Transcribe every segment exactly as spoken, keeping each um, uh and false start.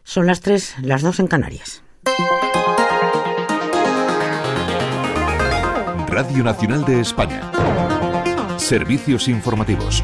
Son las tres, las dos en Canarias. Radio Nacional de España. Servicios informativos.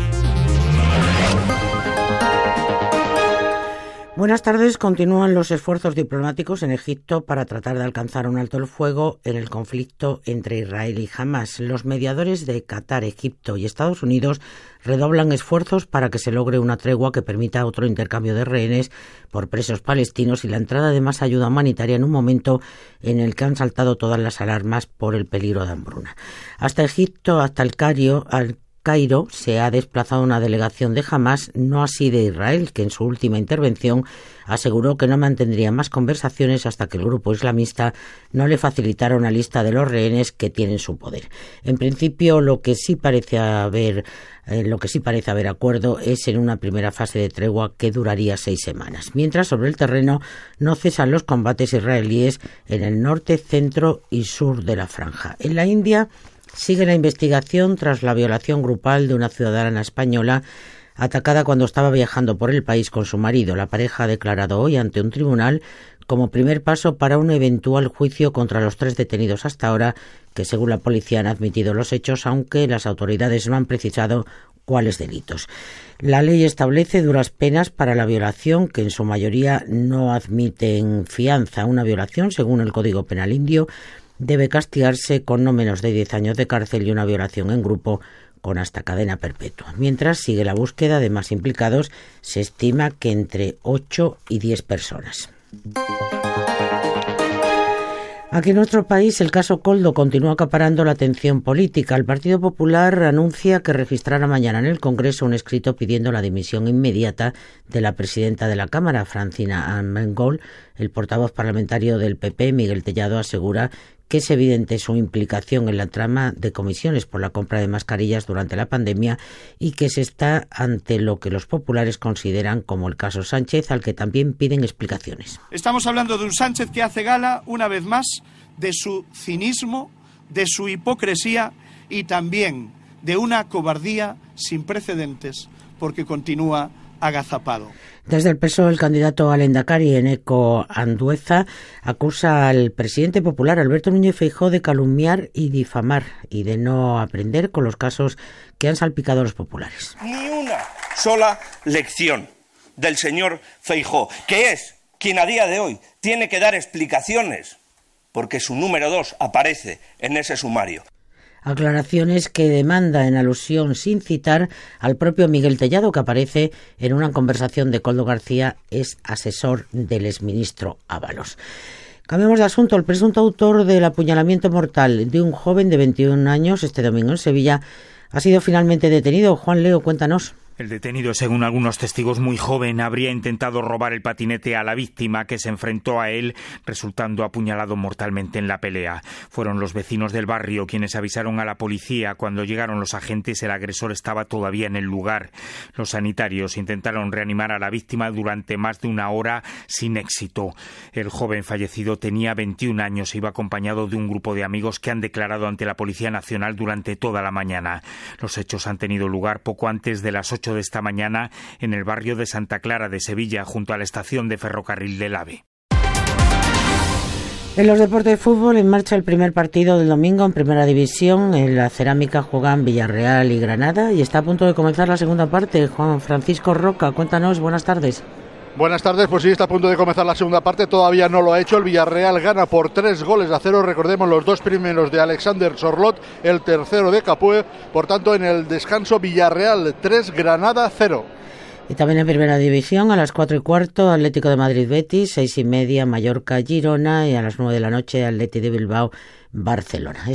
Buenas tardes. Continúan los esfuerzos diplomáticos en Egipto para tratar de alcanzar un alto el fuego en el conflicto entre Israel y Hamás. Los mediadores de Qatar, Egipto y Estados Unidos redoblan esfuerzos para que se logre una tregua que permita otro intercambio de rehenes por presos palestinos y la entrada de más ayuda humanitaria en un momento en el que han saltado todas las alarmas por el peligro de hambruna. Hasta Egipto, hasta el Cairo, al Cairo se ha desplazado una delegación de Hamás, no así de Israel, que en su última intervención aseguró que no mantendría más conversaciones hasta que el grupo islamista no le facilitara una lista de los rehenes que tienen su poder. En principio, lo que sí parece haber, eh, lo que sí parece haber acuerdo es en una primera fase de tregua que duraría seis semanas. Mientras, sobre el terreno no cesan los combates israelíes en el norte, centro y sur de la franja. En la India sigue la investigación tras la violación grupal de una ciudadana española atacada cuando estaba viajando por el país con su marido. La pareja ha declarado hoy ante un tribunal como primer paso para un eventual juicio contra los tres detenidos hasta ahora, que según la policía han admitido los hechos, aunque las autoridades no han precisado cuáles delitos. La ley establece duras penas para la violación, que en su mayoría no admiten fianza. Una violación, según el Código Penal indio, debe castigarse con no menos de diez años de cárcel y una violación en grupo con hasta cadena perpetua. Mientras sigue la búsqueda de más implicados, se estima que entre ocho y diez personas. Aquí en nuestro país el caso Koldo continúa acaparando la atención política. El Partido Popular anuncia que registrará mañana en el Congreso un escrito pidiendo la dimisión inmediata de la presidenta de la Cámara, Francina Armengol. El portavoz parlamentario del P P, Miguel Tellado, asegura que es evidente su implicación en la trama de comisiones por la compra de mascarillas durante la pandemia y que se está ante lo que los populares consideran como el caso Sánchez, al que también piden explicaciones. Estamos hablando de un Sánchez que hace gala, una vez más, de su cinismo, de su hipocresía y también de una cobardía sin precedentes, porque continúa agazapado. Desde el P S O E, el candidato al Endacari, Eneko Andueza, acusa al presidente popular, Alberto Núñez Feijóo, de calumniar y difamar y de no aprender con los casos que han salpicado a los populares. Ni una sola lección del señor Feijóo, que es quien a día de hoy tiene que dar explicaciones, porque su número dos aparece en ese sumario. Aclaraciones que demanda en alusión sin citar al propio Miguel Tellado, que aparece en una conversación de Koldo García, es asesor del exministro Ábalos. Cambiamos de asunto. El presunto autor del apuñalamiento mortal de un joven de veintiún años este domingo en Sevilla ha sido finalmente detenido. Juan Leo, cuéntanos. El detenido, según algunos testigos, muy joven, habría intentado robar el patinete a la víctima, que se enfrentó a él, resultando apuñalado mortalmente en la pelea. Fueron los vecinos del barrio quienes avisaron a la policía. Cuando llegaron los agentes, el agresor estaba todavía en el lugar. Los sanitarios intentaron reanimar a la víctima durante más de una hora sin éxito. El joven fallecido tenía veintiún años e iba acompañado de un grupo de amigos que han declarado ante la Policía Nacional durante toda la mañana. Los hechos han tenido lugar poco antes de las ocho de esta mañana en el barrio de Santa Clara de Sevilla, junto a la estación de ferrocarril del AVE. En los deportes de fútbol, en marcha el primer partido del domingo en Primera División. En la Cerámica juegan Villarreal y Granada y está a punto de comenzar la segunda parte. Juan Francisco Roca, cuéntanos, buenas tardes. Buenas tardes, pues sí, está a punto de comenzar la segunda parte, todavía no lo ha hecho. El Villarreal gana por tres goles a cero, recordemos los dos primeros de Alexander Sorlot, el tercero de Capoue. Por tanto, en el descanso, Villarreal tres, Granada cero. Y también en Primera División, a las cuatro y cuarto, Atlético de Madrid Betis, seis y media, Mallorca Girona, y a las nueve de la noche, Atleti de Bilbao Barcelona.